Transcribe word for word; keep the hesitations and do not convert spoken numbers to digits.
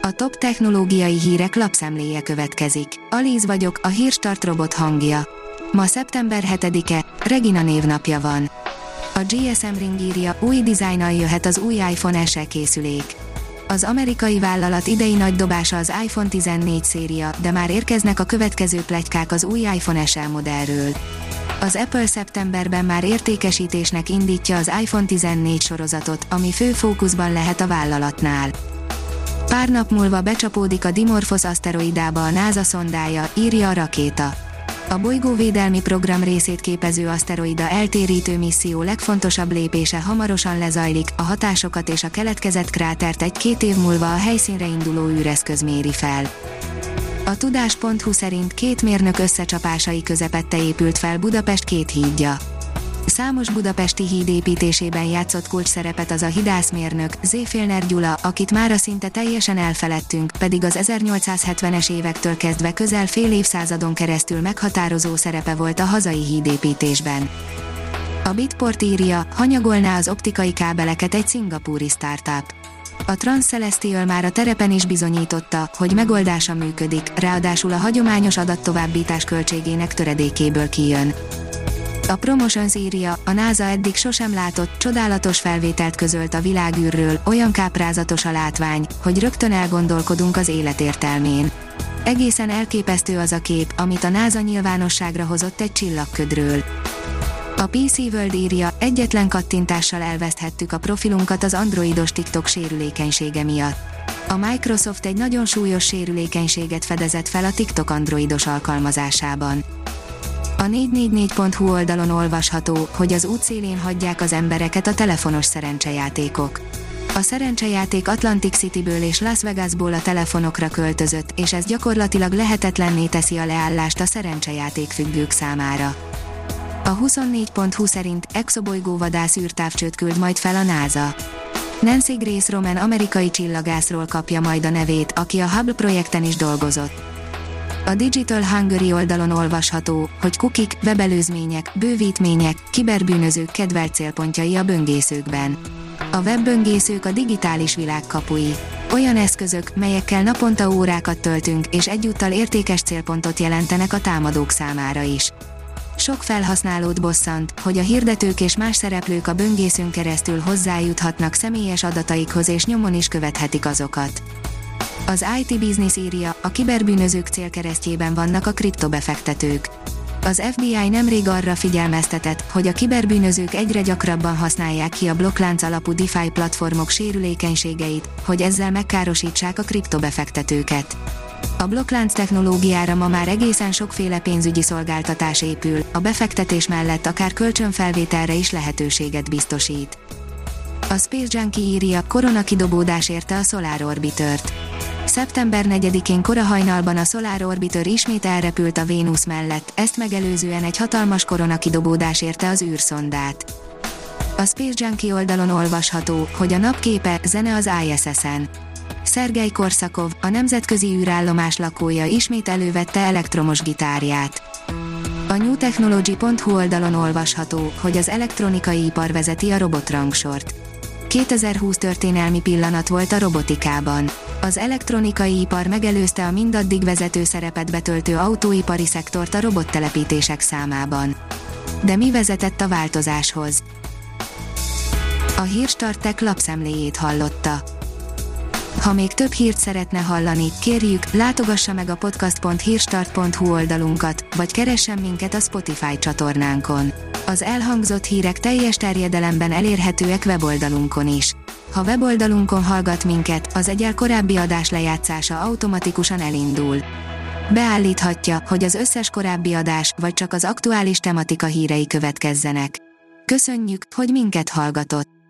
A top technológiai hírek lapszemléje következik. Alíz vagyok, a Hírstart robot hangja. Ma szeptember hetedike, Regina névnapja van. A gé es em Ring írja, új dizájnnal jöhet az új iPhone es e készülék. Az amerikai vállalat idei nagy dobása az iPhone tizennégy széria, de már érkeznek a következő pletykák az új iPhone es e modellről. Az Apple szeptemberben már értékesítésnek indítja az iPhone tizennégy sorozatot, ami fő fókuszban lehet a vállalatnál. Pár nap múlva becsapódik a Dimorphos aszteroidába a NASA szondája, írja a Rakéta. A bolygóvédelmi program részét képező aszteroida eltérítő misszió legfontosabb lépése hamarosan lezajlik, a hatásokat és a keletkezett krátert egy-két év múlva a helyszínre induló űreszköz méri fel. A tudás pont hu szerint két mérnök összecsapásai közepette épült fel Budapest két hídja. Számos budapesti híd építésében játszott kulcsszerepet az a hidászmérnök, Zéfélner Gyula, akit mára szinte teljesen elfeledtünk, pedig az ezernyolcszázhetvenes évektől kezdve közel fél évszázadon keresztül meghatározó szerepe volt a hazai hídépítésben. A Bitport írja, hanyagolná az optikai kábeleket egy szingapúri startup. A Transcelestial már a terepen is bizonyította, hogy megoldása működik, ráadásul a hagyományos adattovábbítás költségének töredékéből kijön. A Promotions írja, a NASA eddig sosem látott, csodálatos felvételt közölt a világűrről, olyan káprázatos a látvány, hogy rögtön elgondolkodunk az élet értelmén. Egészen elképesztő az a kép, amit a NASA nyilvánosságra hozott egy csillagködről. A pé cé World írja, egyetlen kattintással elveszthettük a profilunkat az androidos TikTok sérülékenysége miatt. A Microsoft egy nagyon súlyos sérülékenységet fedezett fel a TikTok androidos alkalmazásában. A négy négy négy pont hu oldalon olvasható, hogy az útszélén hagyják az embereket a telefonos szerencsejátékok. A szerencsejáték Atlantic Cityből és Las Vegasból a telefonokra költözött, és ez gyakorlatilag lehetetlenné teszi a leállást a szerencsejáték függők számára. A huszonnégy pont hu szerint exobolygóvadász űrtávcsőt küld majd fel a NASA. Nancy Grace Roman amerikai csillagászról kapja majd a nevét, aki a Hubble projekten is dolgozott. A Digital Hungary oldalon olvasható, hogy kukik, webelőzmények, bővítmények, kiberbűnözők kedvelt célpontjai a böngészőkben. A webböngészők a digitális világ kapui. Olyan eszközök, melyekkel naponta órákat töltünk, és egyúttal értékes célpontot jelentenek a támadók számára is. Sok felhasználót bosszant, hogy a hirdetők és más szereplők a böngészőn keresztül hozzájuthatnak személyes adataikhoz és nyomon is követhetik azokat. Az i té Business írja, a kiberbűnözők célkeresztjében vannak a kriptobefektetők. Az ef bé i nemrég arra figyelmeztetett, hogy a kiberbűnözők egyre gyakrabban használják ki a blokklánc alapú DeFi platformok sérülékenységeit, hogy ezzel megkárosítsák a kriptobefektetőket. A blokklánc technológiára ma már egészen sokféle pénzügyi szolgáltatás épül, a befektetés mellett akár kölcsönfelvételre is lehetőséget biztosít. A Space Junkie írja, koronakidobódás érte a Solar Orbitert. szeptember negyedikén kora hajnalban a Solar Orbiter ismét elrepült a Vénusz mellett, ezt megelőzően egy hatalmas koronakidobódás érte az űrszondát. A Space Junkie oldalon olvasható, hogy a napképe, zene az i es es-en. Szergej Korszakov, a nemzetközi űrállomás lakója ismét elővette elektromos gitárját. A new technology pont hu oldalon olvasható, hogy az elektronikai ipar vezeti a robotrangsort. kétezer-húsz történelmi pillanat volt a robotikában. Az elektronikai ipar megelőzte a mindaddig vezető szerepet betöltő autóipari szektort a robottelepítések számában. De mi vezetett a változáshoz? A Hírstart Tech lapszemléjét hallotta. Ha még több hírt szeretne hallani, kérjük, látogassa meg a podcast pont hírstart pont hu oldalunkat, vagy keressen minket a Spotify csatornánkon. Az elhangzott hírek teljes terjedelemben elérhetőek weboldalunkon is. Ha weboldalunkon hallgat minket, az egyel korábbi adás lejátszása automatikusan elindul. Beállíthatja, hogy az összes korábbi adás, vagy csak az aktuális tematika hírei következzenek. Köszönjük, hogy minket hallgatott!